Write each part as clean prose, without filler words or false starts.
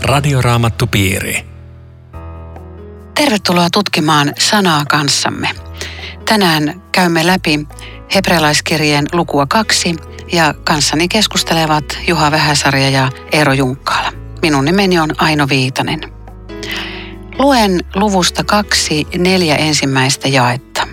Radioraamattupiiri. Tervetuloa tutkimaan sanaa kanssamme. Tänään käymme läpi hebrealaiskirjeen lukua 2 ja kanssani keskustelevat Juha Vähäsarja ja Eero Junkkaala. Minun nimeni on Aino Viitanen. Luen luvusta 2 4 ensimmäistä jaetta.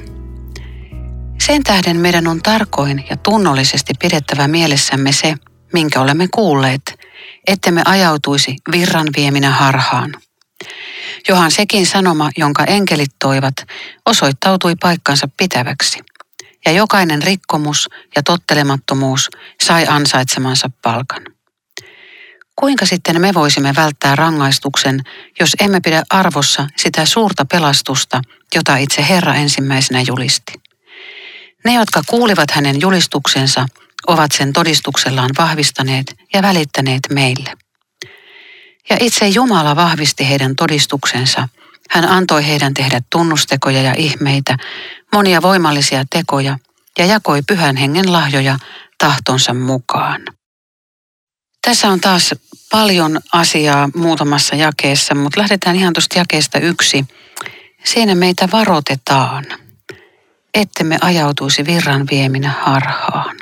Sen tähden meidän on tarkoin ja tunnollisesti pidettävä mielessämme se, minkä olemme kuulleet, ettemme ajautuisi virran vieminä harhaan. Johan sekin sanoma, jonka enkelit toivat, osoittautui paikkansa pitäväksi. Ja jokainen rikkomus ja tottelemattomuus sai ansaitsemansa palkan. Kuinka sitten me voisimme välttää rangaistuksen, jos emme pidä arvossa sitä suurta pelastusta, jota itse Herra ensimmäisenä julisti? Ne, jotka kuulivat hänen julistuksensa, ovat sen todistuksellaan vahvistaneet ja välittäneet meille. Ja itse Jumala vahvisti heidän todistuksensa. Hän antoi heidän tehdä tunnustekoja ja ihmeitä, monia voimallisia tekoja ja jakoi Pyhän Hengen lahjoja tahtonsa mukaan. Tässä on taas paljon asiaa muutamassa jakeessa, mutta lähdetään ihan tuosta jakeesta 1. Siinä meitä varoitetaan, ettemme ajautuisi virran vieminä harhaan.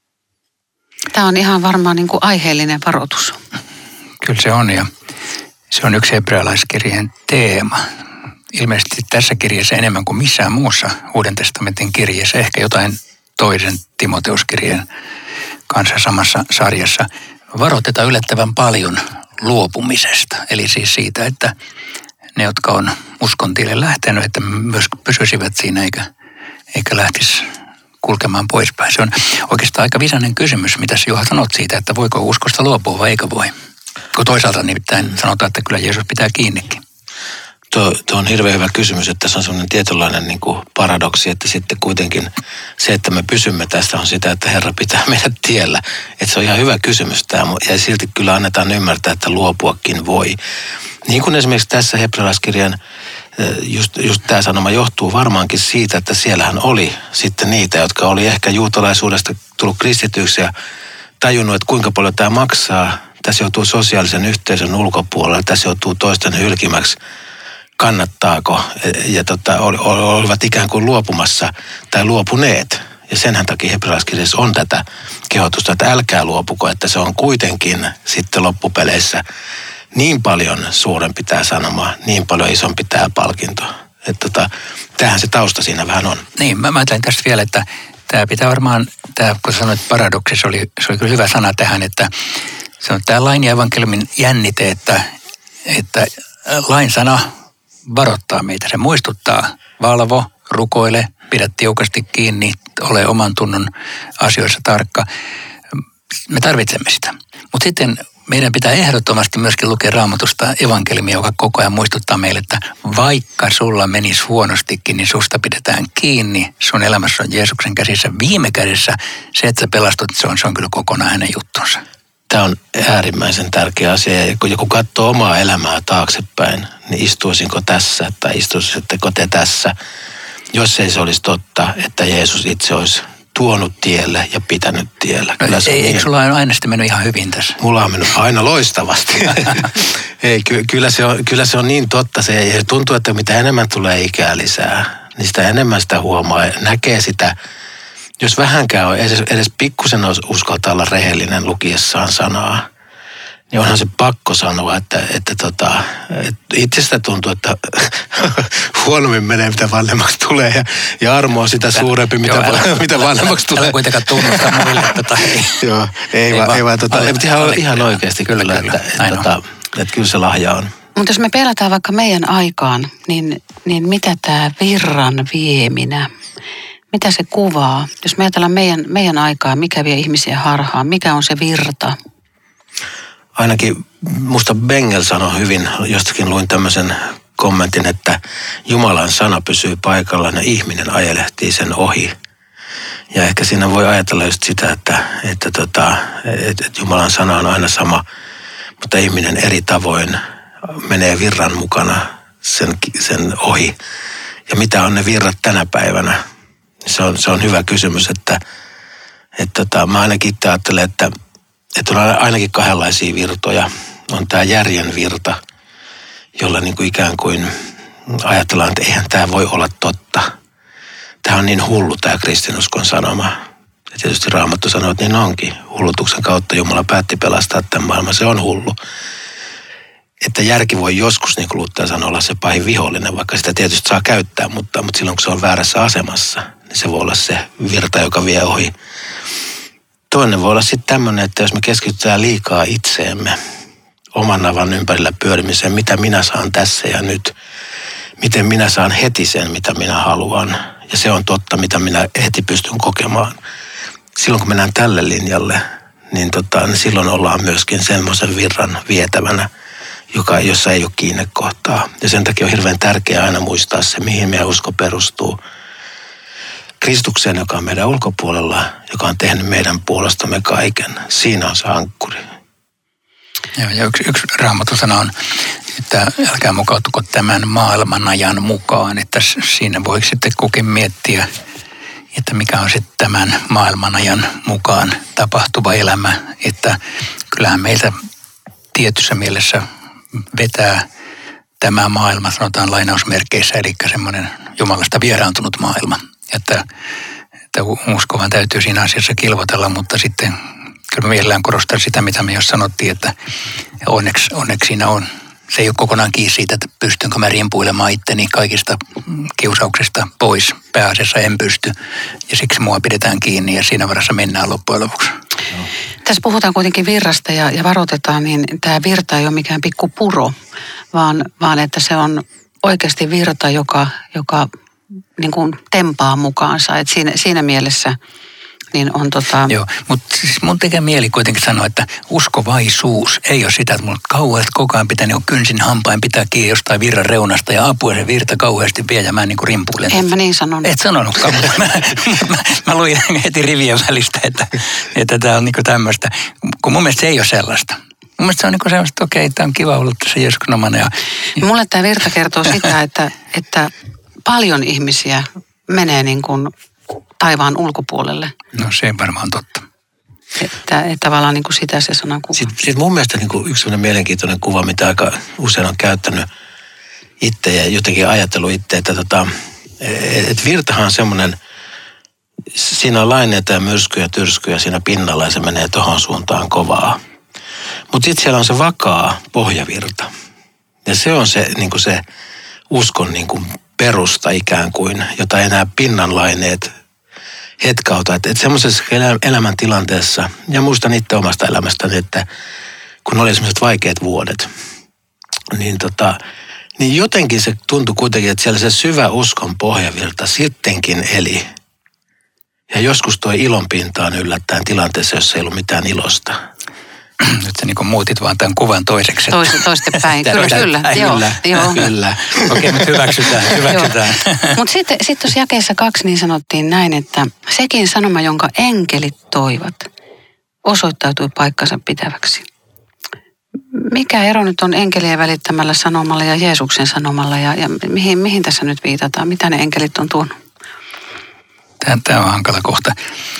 Tämä on ihan varmaan niin kuin aiheellinen varoitus. Kyllä se on, ja se on yksi hebrealaiskirjeen teema. Ilmeisesti tässä kirjassa enemmän kuin missään muussa Uuden testamentin kirjassa, ehkä jotain toisen Timoteuskirjeen kanssa samassa sarjassa, varoitetaan yllättävän paljon luopumisesta. Eli siis siitä, että ne, jotka on uskon tielle lähtenyt, että myös pysyisivät siinä eikä lähtisi kulkemaan poispäin. Se on oikeastaan aika visainen kysymys, mitä Juha sanot siitä, että voiko uskosta luopua vai eikö voi. Kun toisaalta nimittäin sanotaan, että kyllä Jeesus pitää kiinnikin. Tuo on hirveän hyvä kysymys, että tässä on sellainen tietynlainen niin kuin paradoksi, että sitten kuitenkin se, että me pysymme tässä on sitä, että Herra pitää meidät tiellä. Että se on ihan hyvä kysymys tämä, ja silti kyllä annetaan ymmärtää, että luopuakin voi. Niin kuin esimerkiksi tässä hebrealaiskirjan just tämä sanoma johtuu varmaankin siitä, että siellähän oli sitten niitä, jotka oli ehkä juutalaisuudesta tullut kristityksi ja tajunnut, että kuinka paljon tämä maksaa. Tässä joutuu sosiaalisen yhteisön ulkopuolella, tässä joutuu toisten hylkimäksi. Kannattaako? Ja olivat ikään kuin luopumassa tai luopuneet. Ja senhän takia hebrealaiskirjassa on tätä kehotusta, että älkää luopuko, että se on kuitenkin sitten loppupeleissä niin paljon suurempi tämä sanoma, niin paljon isompi tämä palkinto. Että tämähän se tausta siinä vähän on. Niin, mä ajattelen tästä vielä, että tämä pitää varmaan, kun sanoit paradoksissa, se oli kyllä hyvä sana tähän, että se on tämä lain ja evankeliumin jännite, että lain sana varoittaa meitä. Se muistuttaa, valvo, rukoile, pidä tiukasti kiinni, ole oman tunnon asioissa tarkka. Me tarvitsemme sitä. Mutta sitten meidän pitää ehdottomasti myöskin lukea Raamatusta evankeliumia, joka koko ajan muistuttaa meille, että vaikka sulla menisi huonostikin, niin susta pidetään kiinni. Sun elämässä on Jeesuksen käsissä. Viime kädessä se, että sä pelastut, se on kyllä kokonaan hänen juttunsa. Tämä on äärimmäisen tärkeä asia, ja kun katsoo omaa elämää taaksepäin, niin istuisinko tässä tai istuisitteko te tässä, jos ei se olisi totta, että Jeesus itse olisi tuonut tielle ja pitänyt tiellä. Eikö sulla ole aina sitten mennyt ihan hyvin tässä? Mulla on mennyt aina loistavasti. Ei, kyllä se on niin totta. Se tuntuu, että mitä enemmän tulee ikää lisää, niin sitä enemmän sitä huomaa ja näkee sitä. Jos vähänkään on, edes pikkusen uskaltaa olla rehellinen lukiessaan sanaa, niin onhan se pakko sanoa, että itsestä tuntuu, että huonommin menee, mitä vanhemmaksi tulee, ja armo on sitä suurempi, mitä vanhemmaksi tulee. Älä kuitenkaan tunnusta muille tätä. Joo, ei vaan ihan oikeasti kyllä, että kyllä se lahja on. Mutta jos me pelataan vaikka meidän aikaan, niin mitä tämä virran vieminä, mitä se kuvaa? Jos me ajatellaan meidän aikaa, mikä vie ihmisiä harhaan, mikä on se virta? Ainakin musta Bengel sanoi hyvin, jostakin luin tämmöisen kommentin, että Jumalan sana pysyy paikallaan ja ihminen ajelehtii sen ohi. Ja ehkä siinä voi ajatella just sitä, että Jumalan sana on aina sama, mutta ihminen eri tavoin menee virran mukana sen ohi. Ja mitä on ne virrat tänä päivänä? Se on hyvä kysymys, että mä ainakin itse ajattelen, että on ainakin kahdenlaisia virtoja. on tämä järjen virta, jolla niin kuin ikään kuin ajatellaan, että eihän tämä voi olla totta. Tämä on niin hullu tämä kristinuskon sanoma. Ja tietysti Raamattu sanoo, että niin onkin. Hullutuksen kautta Jumala päätti pelastaa tämän maailman. Se on hullu. Että järki voi joskus, niin kuin Luther sanoo, olla se pahin vihollinen, vaikka sitä tietysti saa käyttää, mutta silloin kun se on väärässä asemassa, niin se voi olla se virta, joka vie ohi. Toinen voi olla sitten tämmöinen, että jos me keskitytään liikaa itseemme, oman navan ympärillä pyörimiseen, mitä minä saan tässä ja nyt, miten minä saan heti sen, mitä minä haluan, ja se on totta, mitä minä heti pystyn kokemaan. Silloin kun mennään tälle linjalle, niin silloin ollaan myöskin semmoisen virran vietävänä, jossa ei ole kiinnekohtaa. Ja sen takia on hirveän tärkeää aina muistaa se, mihin meidän usko perustuu. Kristukseen, joka on meidän ulkopuolella, joka on tehnyt meidän puolestamme kaiken. Siinä on se ankkuri. Joo, ja yksi Raamatun sana on, että älkää mukautuko tämän maailman ajan mukaan. Että siinä voi sitten kukin miettiä, että mikä on sitten tämän maailman ajan mukaan tapahtuva elämä. Että kyllähän meiltä tietyssä mielessä vetää tämä maailma, sanotaan lainausmerkeissä, eli semmoinen Jumalasta vieraantunut maailma. Että uskovan täytyy siinä asiassa kilvotella, mutta sitten kyllä mielellään korostan sitä, mitä me jo sanottiin, että onneksi siinä on. Se ei ole kokonaan kiinni siitä, että pystynkö mä rimpuilemaan itteni kaikista kiusauksista pois. Pääasiassa en pysty ja siksi mua pidetään kiinni ja siinä varassa mennään loppujen lopuksi. No. Tässä puhutaan kuitenkin virrasta ja varoitetaan, niin tämä virta ei ole mikään pikku puro, vaan että se on oikeasti virta, joka niin kuin tempaa mukaansa. Et siinä mielessä niin on Joo, mutta siis mun tekee mieli kuitenkin sanoa, että uskovaisuus ei ole sitä, että mun kauheasti koko ajan pitää niin kynsin hampain pitää kiinni jostain virran reunasta ja apua se virta kauheasti vie ja mä niin kuin rimpuilen. En mä niin sanonut. Et sanonutkaan, mutta mä luin heti rivien välistä, että tämä on niin kuin tämmöistä, kun mun mielestä se ei ole sellaista. Mun mielestä se on niin kuin sellaista, että okei, tämä on kiva ollut tässä Jeskusnomana. Mulle tämä virta kertoo sitä, että paljon ihmisiä menee niin kuin taivaan ulkopuolelle. No se on varmaan totta. Että tavallaan niin kuin sitä se sana kuvaa. Sitten mun mielestä niin kuin yksi sellainen mielenkiintoinen kuva, mitä aika usein on käyttänyt itse ja jotenkin ajatellut itse, että virtahan on semmoinen, siinä on laineita ja myrskyjä ja tyrskyjä siinä pinnalla ja se menee tohon suuntaan kovaa. Mutta sitten siellä on se vakaa pohjavirta. Ja se on se, niin kuin se uskon niin kuin perusta ikään kuin, jota ei nämä pinnanlaineet hetkauta. Että semmoisessa elämäntilanteessa, ja muistan itse omasta elämästäni, että kun oli semmoiset vaikeat vuodet, niin jotenkin se tuntui kuitenkin, että siellä se syvä uskon pohjavirta sittenkin eli. Ja joskus toi ilon pintaan yllättäen tilanteessa, jossa ei ollut mitään ilosta. Nyt sä niin kuin muutit vaan tämän kuvan toiseksi. Toistepäin, Kyllä. Okei, mutta hyväksytään. Mutta sitten tuossa jakeessa 2 niin sanottiin näin, että sekin sanoma, jonka enkelit toivat, osoittautui paikkansa pitäväksi. Mikä ero nyt on enkelien välittämällä sanomalla ja Jeesuksen sanomalla ja mihin tässä nyt viitataan? Mitä ne enkelit on tuonut? Tämä on hankala kohta.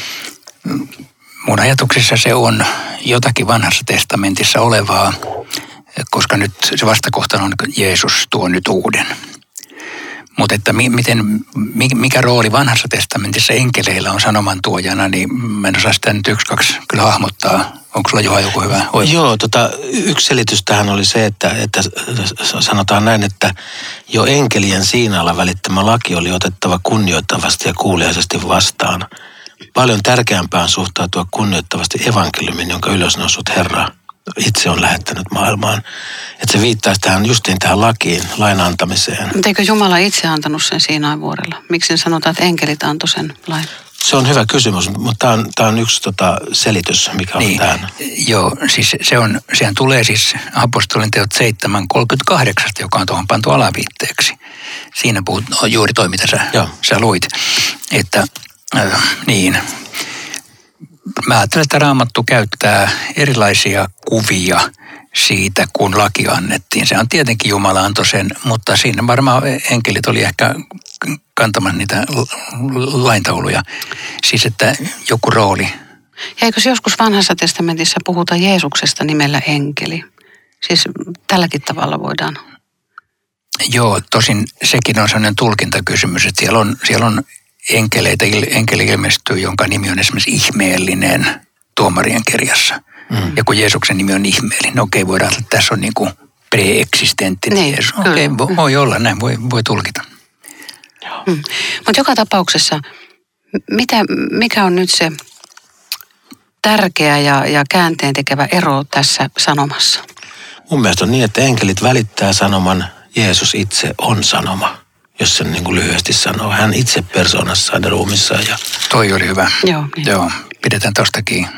Mun ajatuksissa se on jotakin vanhassa testamentissa olevaa, koska nyt se vastakohta on Jeesus tuo nyt uuden. Mutta että mikä rooli vanhassa testamentissa enkeleillä on sanoman tuojana, niin mä en osaa sitä nyt 1-2 kyllä hahmottaa. Onko sulla Juha joku hyvä oiva? Joo, yksi selitys tähän oli se, että sanotaan näin, että jo enkelien Siinaalla välittämä laki oli otettava kunnioittavasti ja kuuliaisesti vastaan. Paljon tärkeämpää on suhtautua kunnioittavasti evankeliumiin, jonka ylösnousut Herra itse on lähettänyt maailmaan. Että se viittaisi justiin tähän lakiin, lain antamiseen. Mutta eikö Jumala itse antanut sen Siinain vuorella? Miksi sanotaan, että enkelit antoi sen lain? Se on hyvä kysymys, mutta tämä on yksi selitys, mikä on niin, tähän. Joo, siis sehän tulee siis apostolin teot 7:38, joka on tuohon pantu alaviitteeksi. Siinä puhut juuri toi, mitä sä luit. Että niin, mä ajattelen, että Raamattu käyttää erilaisia kuvia siitä, kun laki annettiin. Se on tietenkin Jumala antoi sen, mutta siinä varmaan enkelit oli ehkä kantamaan niitä laintauluja. Siis, että joku rooli. Ja eikös joskus vanhassa testamentissa puhuta Jeesuksesta nimellä enkeli? Siis tälläkin tavalla voidaan. Joo, tosin sekin on sellainen tulkintakysymys, että siellä on enkeleitä, enkeli ilmestyy, jonka nimi on esimerkiksi ihmeellinen tuomarien kirjassa. Ja kun Jeesuksen nimi on ihmeellinen, okei, voidaan että tässä on niin kuin pre-eksistenttinen niin, Jeesus. Okei, voi olla, näin voi tulkita. Mutta joka tapauksessa, mikä on nyt se tärkeä ja käänteen tekevä ero tässä sanomassa? Mun mielestä on niin, että enkelit välittää sanoman, Jeesus itse on sanoma, jos sen niin kuin lyhyesti sanoo. Hän itse persoonassaan ja ruumissaan. Toi oli hyvä. Joo, niin. Joo, pidetään tosta kiinni.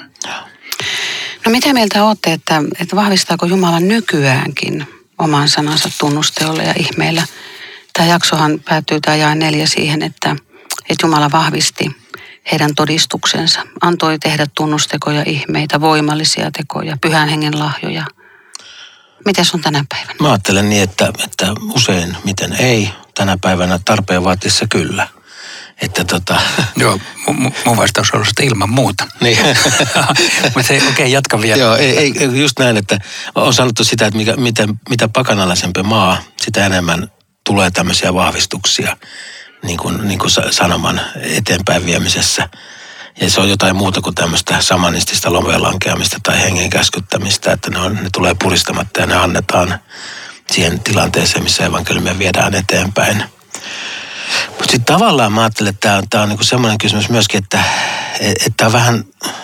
No mitä mieltä olette, että vahvistaako Jumala nykyäänkin oman sanansa tunnusteolla ja ihmeillä? Tämä jaksohan päättyy tämä jae 4 siihen, että Jumala vahvisti heidän todistuksensa. Antoi tehdä tunnustekoja, ihmeitä, voimallisia tekoja, pyhän hengen lahjoja. Miten on tänä päivänä? Mä ajattelen niin, että usein miten ei, tänä päivänä tarpeen vaatissa kyllä. Että Joo, mun vastaus on ollut sitä ilman muuta. Niin. Mutta okei, jatka vielä. Joo, ei, just näin, että on sanottu sitä, että mitä pakanalaisempi maa, sitä enemmän tulee tämmöisiä vahvistuksia niin kuin sanoman eteenpäin viemisessä. Ja se on jotain muuta kuin tämmöistä samanistista lomeen lankeamista tai hengen käskyttämistä, että ne tulee puristamatta ja ne annetaan siihen tilanteeseen, missä evankeliumia viedään eteenpäin. Mutta sitten tavallaan mä ajattelen, että tämä on niinku semmoinen kysymys myöskin, että on vähän,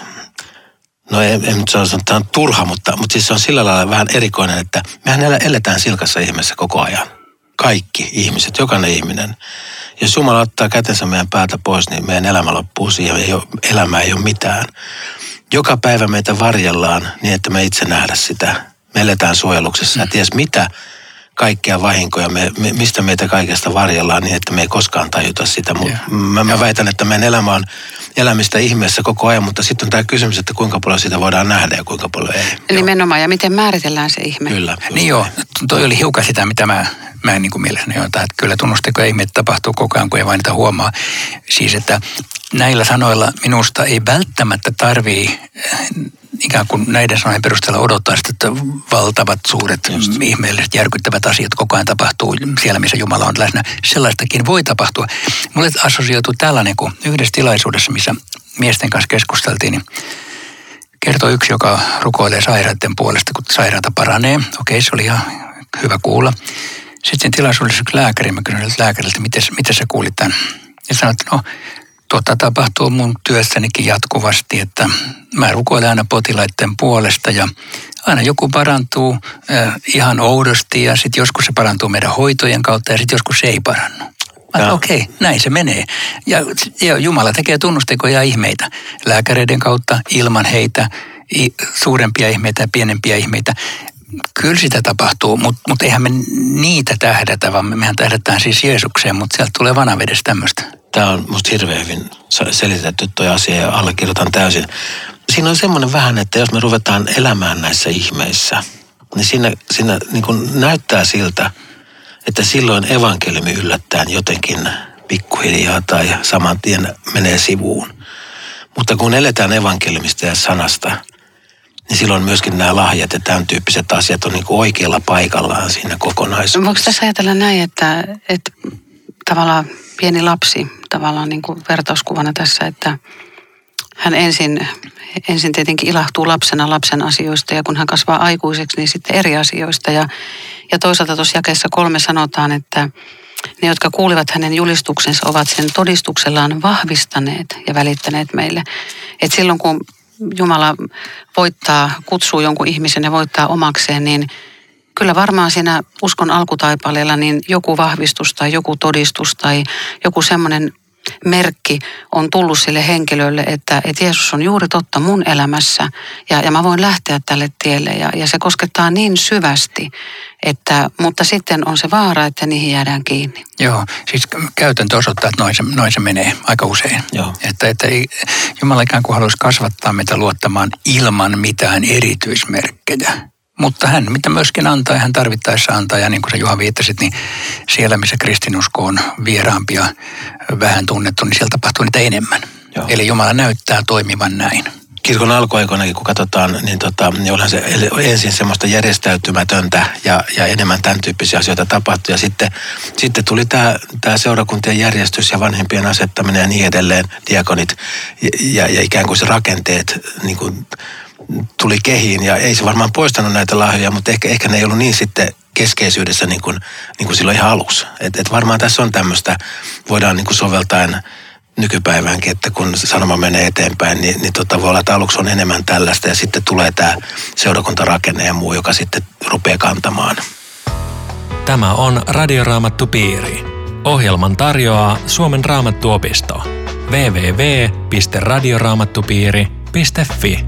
no en nyt sano, että tämä on turha, mutta siis se on sillä lailla vähän erikoinen, että mehän eletään silkassa ihmeessä koko ajan. Kaikki ihmiset, jokainen ihminen. Jos Jumala ottaa kätensä meidän päältä pois, niin meidän elämä loppuu siihen, elämä ei ole mitään. Joka päivä meitä varjellaan niin, että me itse nähdä sitä. Me eletään suojeluksessa ja ties mitä kaikkea vahinkoja, mistä meitä kaikesta varjellaan niin, että me ei koskaan tajuta sitä. Mä väitän, että meidän elämä on elämistä ihmeessä koko ajan, mutta sitten on tämä kysymys, että kuinka paljon sitä voidaan nähdä ja kuinka paljon ei. Nimenomaan, ja miten määritellään se ihme. Kyllä. Niin joo, toi oli hiukan sitä, mitä mä en niin kuin mielessäni ole, että kyllä tunnusteko ihmeet tapahtuu koko ajan, kun ei vain niitä huomaa. Siis, että näillä sanoilla minusta ei välttämättä tarvii ikään kuin näiden sanojen perusteella odottaa sitä, että valtavat, suuret, ihmeelliset, järkyttävät asiat koko ajan tapahtuu siellä, missä Jumala on läsnä. Sellaistakin voi tapahtua. Mulle assosioituu tällainen, kun yhdessä tilaisuudessa, missä miesten kanssa keskusteltiin, niin kertoi yksi, joka rukoilee sairaiden puolesta, kun sairaata paranee. Okei, se oli ihan hyvä kuulla. Sitten tilaisuudessa yksi lääkäri, mä kysyin lääkäriltä, miten sä kuulit tämän? Ja sanoin, että tapahtuu mun työssänikin jatkuvasti, että mä rukoilen aina potilaiden puolesta ja aina joku parantuu ihan oudosti ja sitten joskus se parantuu meidän hoitojen kautta ja sitten joskus se ei parannu. Okei, näin se menee. Ja Jumala tekee tunnustekoja ja ihmeitä lääkäreiden kautta ilman heitä, suurempia ihmeitä ja pienempiä ihmeitä. Kyllä sitä tapahtuu, mutta eihän me niitä tähdätä, vaan mehän tähdätään siis Jeesukseen, mutta sieltä tulee vanavedessä tämmöistä. Tämä on musta hirveän hyvin selitetty toi asia ja allekirjoitan täysin. Siinä on semmoinen vähän, että jos me ruvetaan elämään näissä ihmeissä, niin siinä niin kuin näyttää siltä, että silloin evankeliumi yllättäen jotenkin pikkuhiljaa tai saman tien menee sivuun. Mutta kun eletään evankeliumista ja sanasta, niin silloin myöskin nämä lahjat ja tämän tyyppiset asiat on niin kuin oikealla paikallaan siinä kokonaisuudessa. Voiko tässä ajatella näin, että tavallaan pieni lapsi, tavallaan niin kuin vertauskuvana tässä, että hän ensin tietenkin ilahtuu lapsen asioista ja kun hän kasvaa aikuiseksi, niin sitten eri asioista. Ja toisaalta tuossa jakeessa 3 sanotaan, että ne, jotka kuulivat hänen julistuksensa, ovat sen todistuksellaan vahvistaneet ja välittäneet meille. Että silloin kun Jumala kutsuu jonkun ihmisen ja voittaa omakseen, niin kyllä varmaan siinä uskon alkutaipaleella niin joku vahvistus tai joku todistus tai joku semmoinen merkki on tullut sille henkilölle, että Jeesus on juuri totta mun elämässä ja mä voin lähteä tälle tielle ja se koskettaa niin syvästi, mutta sitten on se vaara, että niihin jäädään kiinni. Joo, siis käytäntö osoittaa, että noin se menee aika usein. Joo. Että Jumala ikään kuin haluaisi kasvattaa meitä luottamaan ilman mitään erityismerkkejä. Mutta hän, mitä myöskin antaa, hän tarvittaessa antaa. Ja niin kuin sä Juha viittasit, niin siellä, missä kristinusko on vieraampi ja vähän tunnettu, niin siellä tapahtuu niitä enemmän. Joo. Eli Jumala näyttää toimivan näin. kirkon alkuaikoinakin, kun katsotaan, niin onhan se ensin semmoista järjestäytymätöntä ja enemmän tämän tyyppisiä asioita tapahtui. Ja sitten tuli tämä seurakuntien järjestys ja vanhempien asettaminen ja niin edelleen, diakonit ja ikään kuin se rakenteet niin kuin tuli kehiin. Ja ei se varmaan poistanut näitä lahjoja, mutta ehkä ne ei ollut niin sitten keskeisyydessä niin kuin silloin ihan aluksi. Et varmaan tässä on tämmöistä, voidaan niin kuin soveltaen nykypäiväänkin, että kun sanoma menee eteenpäin, niin voi olla, että aluksi on enemmän tällaista ja sitten tulee tämä seurakuntarakenne ja muu, joka sitten rupeaa kantamaan. Tämä on Radioraamattupiiri. Ohjelman tarjoaa Suomen Raamattuopisto. www.radioraamattupiiri.fi.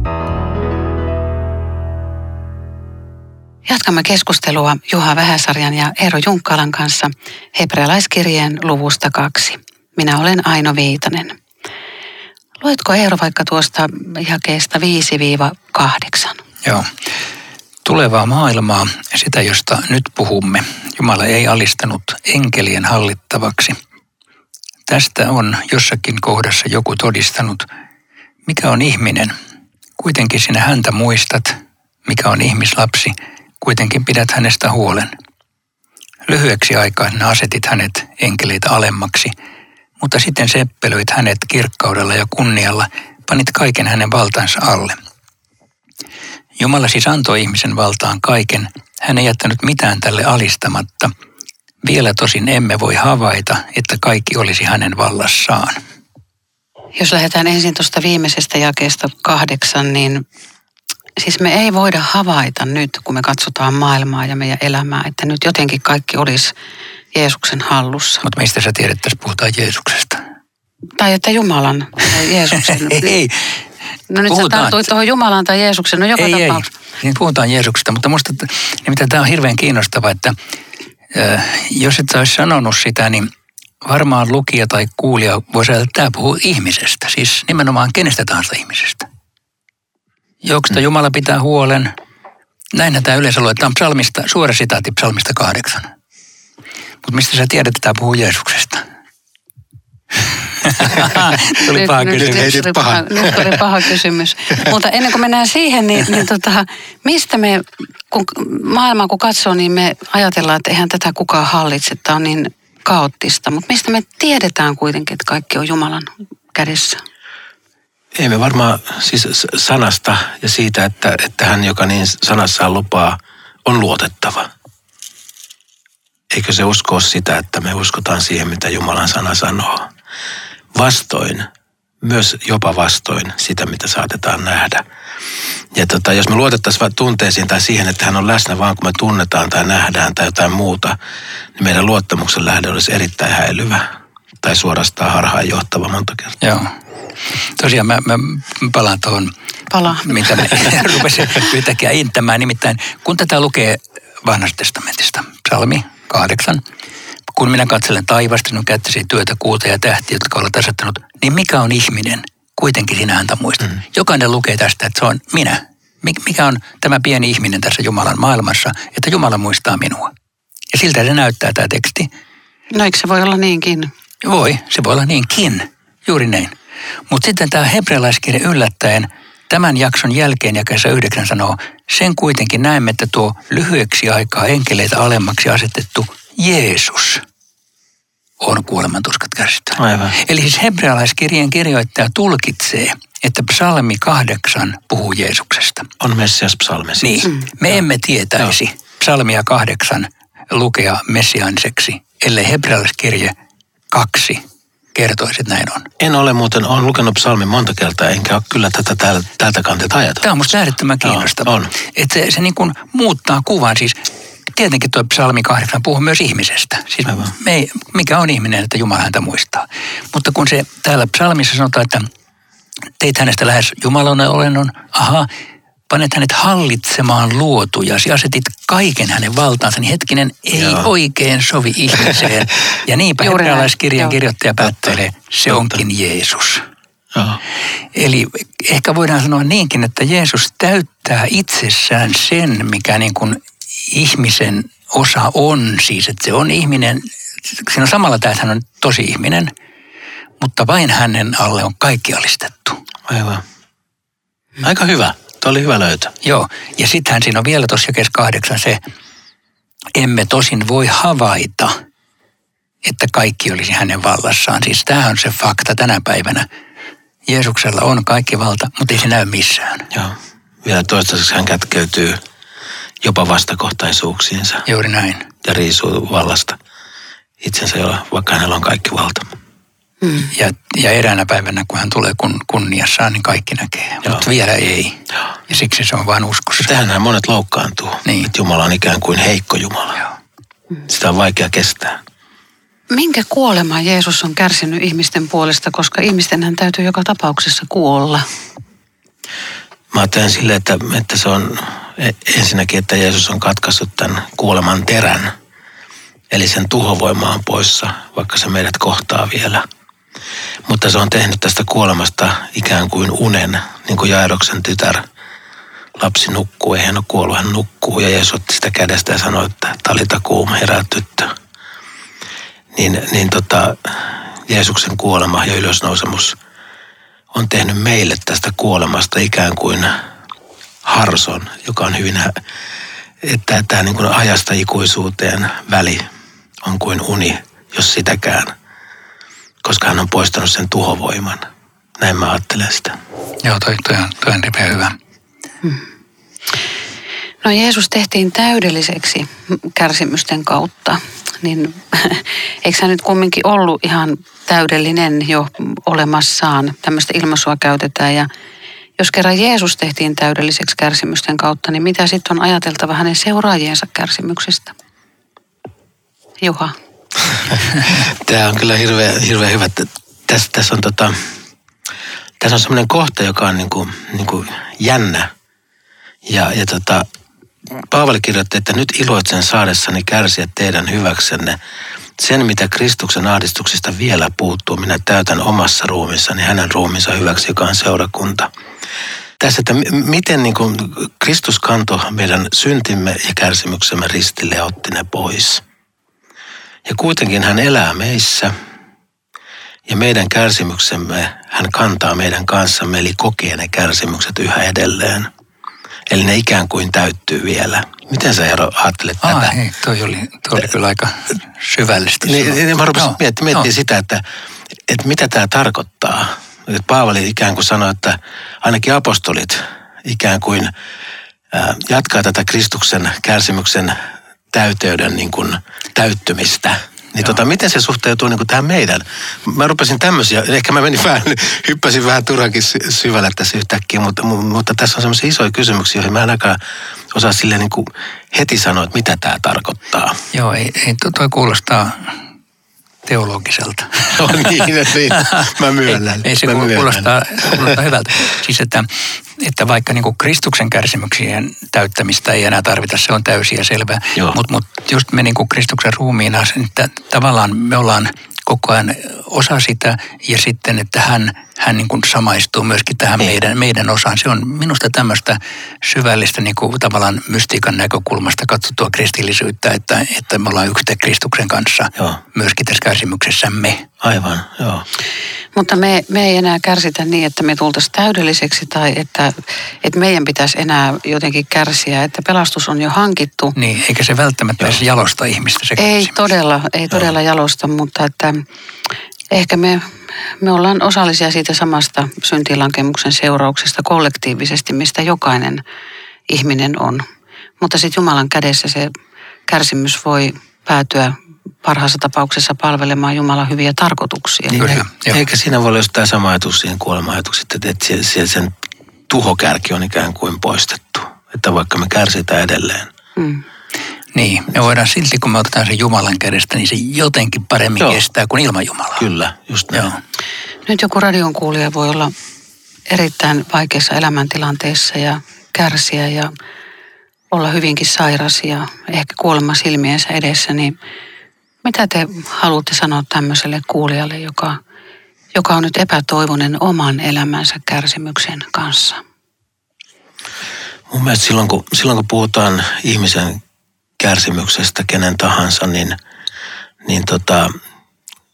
Jatkamme keskustelua Juha Vähäsarjan ja Eero Junkkalan kanssa Hebrealaiskirjeen luvusta 2. Minä olen Aino Viitanen. Luetko Eero vaikka tuosta jakeesta 5-8? Joo. Tulevaa maailmaa, sitä josta nyt puhumme, Jumala ei alistanut enkelien hallittavaksi. Tästä on jossakin kohdassa joku todistanut, mikä on ihminen. Kuitenkin sinä häntä muistat, mikä on ihmislapsi, kuitenkin pidät hänestä huolen. Lyhyeksi aikaa sinä asetit hänet enkeleitä alemmaksi, mutta sitten seppelöit hänet kirkkaudella ja kunnialla, panit kaiken hänen valtansa alle. Jumala siis antoi ihmisen valtaan kaiken, hän ei jättänyt mitään tälle alistamatta. Vielä tosin emme voi havaita, että kaikki olisi hänen vallassaan. Jos lähdetään ensin tuosta viimeisestä jakeesta 8, niin siis me ei voida havaita nyt, kun me katsotaan maailmaa ja meidän elämää, että nyt jotenkin kaikki olisi Jeesuksen hallussa. Mutta mistä sä tiedät, että tässä puhutaan Jeesuksesta? Tai että Jumalan ja Jeesuksen. Ei. No nyt sä tartuit tuohon Jumalan tai Jeesuksen, no joka tapauksessa. Niin puhutaan Jeesuksesta, mutta musta tämä on hirveän kiinnostavaa, että jos et sä olisi sanonut sitä, niin varmaan lukija tai kuulija voisi ajatella, että tämä puhuu ihmisestä, siis nimenomaan kenestä tahansa ihmisestä. Josta Jumala pitää huolen. Näinhän tämä yleensä luetaan psalmista, suora sitaatti psalmista 8. Mutta mistä sä tiedät, että tämä puhuu Jeesuksesta? Tuli paha kysymys. Nyt tuli paha kysymys. Mutta ennen kuin mennään siihen, niin mistä me, kun maailmaa kun katsoo, niin me ajatellaan, että eihän tätä kukaan hallitse. Tämä on niin kaoottista. Mutta mistä me tiedetään kuitenkin, että kaikki on Jumalan kädessä? Ei me varmaan siis sanasta ja siitä, että hän, joka niin sanassaan lupaa, on luotettava. Eikö se usko sitä, että me uskotaan siihen, mitä Jumalan sana sanoo? Vastoin, myös jopa vastoin sitä, mitä saatetaan nähdä. Ja jos me luotettaisiin tunteisiin tai siihen, että hän on läsnä vaan kun me tunnetaan tai nähdään tai jotain muuta, niin meidän luottamuksen lähde olisi erittäin häilyvä tai suorastaan harhaanjohtava monta kertaa. Joo. Tosiaan mä palaan tuohon, mitä mä rupesin yhtäkkiä inttämään. Nimittäin kun tätä lukee Vanhasta testamentista, psalmi 8, kun minä katselen taivasta, sinun kättesi työtä, kuuta ja tähtiä, jotka olet asettanut, niin mikä on ihminen? Kuitenkin sinä häntä muistat. Jokainen lukee tästä, että se on minä. Mikä on tämä pieni ihminen tässä Jumalan maailmassa, että Jumala muistaa minua. Ja siltä se näyttää tämä teksti. No eikö se voi olla niinkin? Se voi olla niinkin. Juuri näin. Mutta sitten tämä hebrealaiskirja yllättäen tämän jakson jälkeen jakeessa 9 sanoo, sen kuitenkin näemme, että tuo lyhyeksi aikaa enkeleitä alemmaksi asetettu Jeesus on kuolemantuskat kärsitty. Aivan. Eli siis hebrealaiskirjeen kirjoittaja tulkitsee, että psalmi 8 puhuu Jeesuksesta. On Messias-psalmi siis. Niin, me emme tietäisi psalmia 8 lukea messiaaniseksi, ellei hebrealaiskirje 2 kertoisi, että näin on. En ole muuten, olen lukenut psalmin monta kertaa, enkä ole kyllä tätä tältä kantilta ajatella. Tämä on musta äärettömän kiinnostavaa. On. Että se niin kuin muuttaa kuvan. Siis tietenkin tuo psalmi 8 puhuu myös ihmisestä. Siis mikä on ihminen, että Jumala häntä muistaa. Mutta kun se täällä psalmissa sanotaan, että teit hänestä lähes Jumalan olennon, panet hänet hallitsemaan luotujasi, asetit kaiken hänen valtaansa, niin hetkinen ei oikein sovi ihmiseen. Ja niinpä hebrealaiskirjan kirjoittaja päättelee, se onkin Jeesus. Eli ehkä voidaan sanoa niinkin, että Jeesus täyttää itsessään sen, mikä niin kuin ihmisen osa on. Siis, että se on ihminen, siinä on samalla tämä, että hän on tosi ihminen, mutta vain hänen alle on kaikki alistettu. Aivan. Aika hyvä. Tuo oli hyvä löytö. Joo, ja sittenhän siinä on vielä tuossa jakeessa 8 se, emme tosin voi havaita, että kaikki olisi hänen vallassaan. Siis tämä on se fakta tänä päivänä. Jeesuksella on kaikki valta, mutta ei se näy missään. Joo. Vielä toistaiseksi hän kätkeytyy jopa vastakohtaisuuksiinsa. Juuri näin. Ja riisuu vallasta itsensä, vaikka hänellä on kaikki valta. Ja eräänä päivänä, kun hän tulee kunniassaan, niin kaikki näkee. Mutta vielä ei. Joo. Ja siksi se on vain uskossa. Tähänhän monet loukkaantuu. Niin. Että Jumala on ikään kuin heikko Jumala. Joo. Sitä on vaikea kestää. Minkä kuolemaa Jeesus on kärsinyt ihmisten puolesta, koska ihmistenhän täytyy joka tapauksessa kuolla? Mä ajattelen silleen, että se on ensinnäkin, että Jeesus on katkaissut tämän kuoleman terän. Eli sen tuhovoima on poissa, vaikka se meidät kohtaa vielä. Mutta se on tehnyt tästä kuolemasta ikään kuin unen, niin kuin Jairoksen tytär. Lapsi nukkuu, ei hän ole kuollut, hän nukkuu. Ja Jeesus otti sitä kädestä ja sanoi, että talita kuum, herää tyttö. Jeesuksen kuolema ja ylösnousemus on tehnyt meille tästä kuolemasta ikään kuin harson, joka on hyvin, että tämä niin kuin ajasta ikuisuuteen väli on kuin uni, jos sitäkään, koska hän on poistanut sen tuhovoiman. Näin mä ajattelen sitä. Joo, toi on ripeä hyvä. No Jeesus tehtiin täydelliseksi kärsimysten kautta, niin eikö hän nyt kumminkin ollut ihan täydellinen jo olemassaan? Tämmöistä ilmaisua käytetään ja jos kerran Jeesus tehtiin täydelliseksi kärsimysten kautta, niin mitä sitten on ajateltava hänen seuraajiensa kärsimyksestä? Juha. Tämä on kyllä hirveän hyvä. Tässä on semmoinen kohta, joka on niin kuin jännä. Ja Paavali kirjoitti, että nyt iloitsen saadessani kärsiä teidän hyväksenne. Sen, mitä Kristuksen ahdistuksista vielä puuttuu, minä täytän omassa ruumissani hänen ruumiinsa hyväksi, joka on seurakunta. Tässä, että miten niin kuin Kristus kantoi meidän syntimme ja kärsimyksemme ristille ja otti ne pois. Ja kuitenkin hän elää meissä ja meidän kärsimyksemme hän kantaa meidän kanssamme, eli kokee ne kärsimykset yhä edelleen. Eli ne ikään kuin täyttyy vielä. Miten sä, Eero, ajattelet tätä? Hei, toi oli kyllä aika syvällistä. Niin, mä rupesin miettimään sitä, että mitä tämä tarkoittaa. Että Paavali ikään kuin sanoi, että ainakin apostolit ikään kuin jatkaa tätä Kristuksen kärsimyksen täyteyden niin kuin täyttymistä. Niin miten se suhteutuu niin kuin tähän meidän? Mä rupesin tämmöisiä, ehkä mä hyppäsin vähän turhankin syvälle tässä yhtäkkiä, mutta tässä on semmoisia isoja kysymyksiä, joihin mä en ainakaan osaa silleen niin kuin heti sanoa, että mitä tämä tarkoittaa. Joo, ei toi kuulostaa teologiselta. No niin, mä myönnän. Ei se kuulostaa hyvältä. Siis että vaikka niin kuin Kristuksen kärsimyksien täyttämistä ei enää tarvita, se on täysin ja selvä. Mutta just me niin kuin Kristuksen ruumiina, että tavallaan me ollaan koko ajan osa sitä ja sitten, että hän niin kuin samaistuu myöskin tähän meidän osaan. Se on minusta tämmöistä syvällistä niin kuin tavallaan mystiikan näkökulmasta katsottua kristillisyyttä, että me ollaan yksi Kristuksen kanssa myöskin tässä kärsimyksessämme. Aivan, joo. Mutta me ei enää kärsitä niin, että me tultaisiin täydelliseksi tai että meidän pitäisi enää jotenkin kärsiä, että pelastus on jo hankittu. Niin, eikä se välttämättä edes jalosta ihmistä se kärsimys. Ei todella jalosta, mutta että ehkä me ollaan osallisia siitä samasta syntiinlankemuksen seurauksesta kollektiivisesti, mistä jokainen ihminen on. Mutta sitten Jumalan kädessä se kärsimys voi päätyä parhaassa tapauksessa palvelemaan Jumalan hyviä tarkoituksia. Niin, eikä siinä voi olla jostain sama ajatus siihen kuolema-ajatuksesta, että sen tuhokärki on ikään kuin poistettu. Että vaikka me kärsitään edelleen. Niin, me voidaan silti, kun me otetaan sen Jumalan kädestä, niin se jotenkin paremmin kestää kuin ilman Jumalaa. Kyllä, just näin. Nyt joku radion kuulija voi olla erittäin vaikeassa elämäntilanteessa ja kärsiä ja olla hyvinkin sairas ja ehkä kuolema silmiensä edessä, niin mitä te haluatte sanoa tämmöiselle kuulijalle, joka on nyt epätoivoinen oman elämänsä kärsimyksen kanssa? Mun mielestä silloin kun puhutaan ihmisen kärsimyksestä kenen tahansa, niin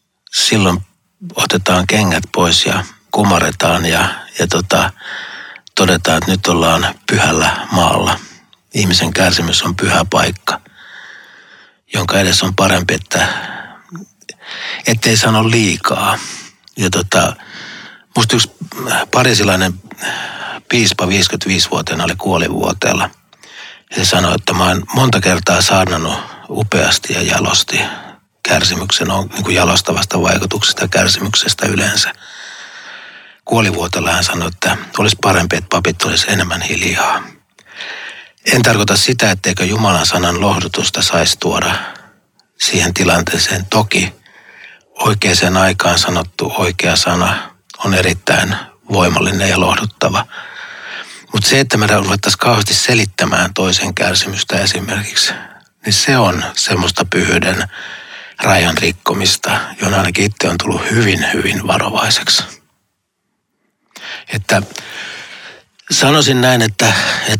silloin otetaan kengät pois ja kumarretaan ja todetaan, että nyt ollaan pyhällä maalla. Ihmisen kärsimys on pyhä paikka, jonka edessä on parempi, ettei sano liikaa. Ja musta yksi parisilainen piispa 55-vuotiaana oli kuolivuoteella. Ja se sanoi, että mä oon monta kertaa saarnannut upeasti ja jalosti kärsimyksen, on niin kuin jalostavasta vaikutuksesta ja kärsimyksestä yleensä. Kuolivuoteella hän sanoi, että olisi parempi, että papit olisi enemmän hiljaa. En tarkoita sitä, etteikö Jumalan sanan lohdutusta saisi tuoda siihen tilanteeseen. Toki oikeaan aikaan sanottu oikea sana on erittäin voimallinen ja lohduttava. Mutta se, että me ruvettaisiin kauheasti selittämään toisen kärsimystä esimerkiksi, niin se on semmoista pyhyyden rajan rikkomista, johon ainakin itse on tullut hyvin, hyvin varovaiseksi. Että sanoisin näin, että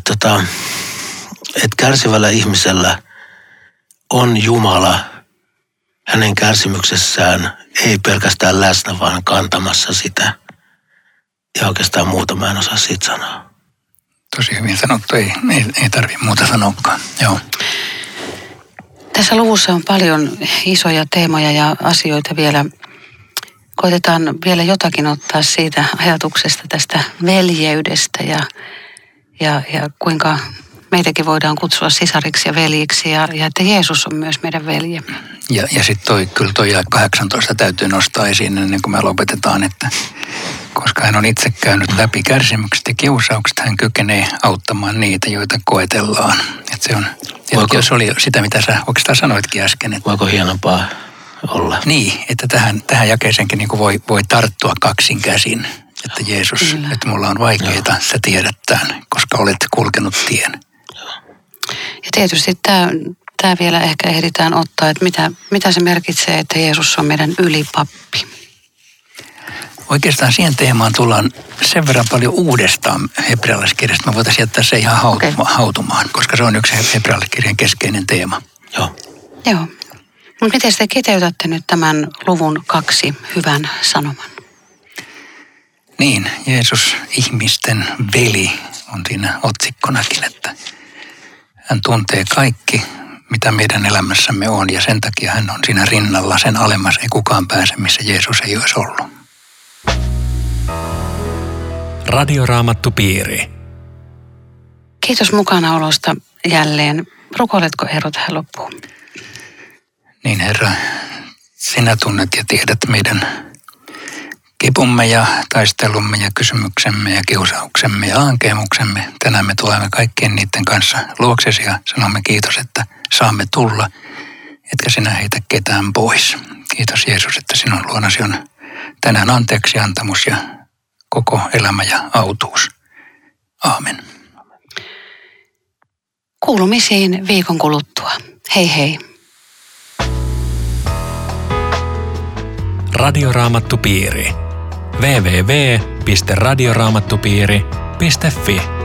kärsivällä ihmisellä on Jumala hänen kärsimyksessään ei pelkästään läsnä, vaan kantamassa sitä. Ja oikeastaan muuta mä en osaa siitä sanoa. Tosi hyvin sanottu, ei tarvitse muuta sanoakaan. Joo. Tässä luvussa on paljon isoja teemoja ja asioita vielä. Koitetaan vielä jotakin ottaa siitä ajatuksesta tästä veljeydestä ja kuinka meitäkin voidaan kutsua sisariksi ja veljiksi ja että Jeesus on myös meidän velje. Ja sitten toi 18 täytyy nostaa esiin ennen kuin me lopetetaan, että koska hän on itse käynyt läpi kärsimykset ja kiusaukset, hän kykenee auttamaan niitä, joita koetellaan. Että se on, jos oli sitä, mitä sä oikeastaan sanoitkin äsken. Että voiko hienompaa olla? Niin, että tähän jakeeseenkin niin kuin voi tarttua kaksin käsin. Että Jeesus, kyllä, että mulla on vaikeita, sä tiedät tämän, koska olet kulkenut tien. Ja tietysti tämä vielä ehkä ehditään ottaa, että mitä se merkitsee, että Jeesus on meidän ylipappi. Oikeastaan siihen teemaan tullaan sen verran paljon uudestaan hebrealaiskirjasta. Me voitaisiin jättää se ihan hautumaan, koska se on yksi hebrealaiskirjan keskeinen teema. Joo. Mutta miten te kiteytätte nyt tämän luvun 2 hyvän sanoman? Niin, Jeesus ihmisten veli on siinä otsikkonakin, että hän tuntee kaikki, mitä meidän elämässämme on, ja sen takia hän on siinä rinnalla, sen alemmas ei kukaan pääse, missä Jeesus ei olisi ollut. Radioraamattupiiri. Kiitos mukanaolosta jälleen. Rukoiletko Eero tähän loppuun? Niin Herra, sinä tunnet ja tiedät meidän kipumme ja taistelumme ja kysymyksemme ja kiusauksemme ja lankeemuksemme. Tänään me tulemme kaikkien niiden kanssa luoksesi ja sanomme kiitos, että saamme tulla, etkä sinä heitä ketään pois. Kiitos Jeesus, että sinun luonasi on tänään anteeksiantamus ja koko elämä ja autuus. Aamen. Kuulumisiin viikon kuluttua. Hei hei. Radioraamattupiiri. www.radioraamattupiiri.fi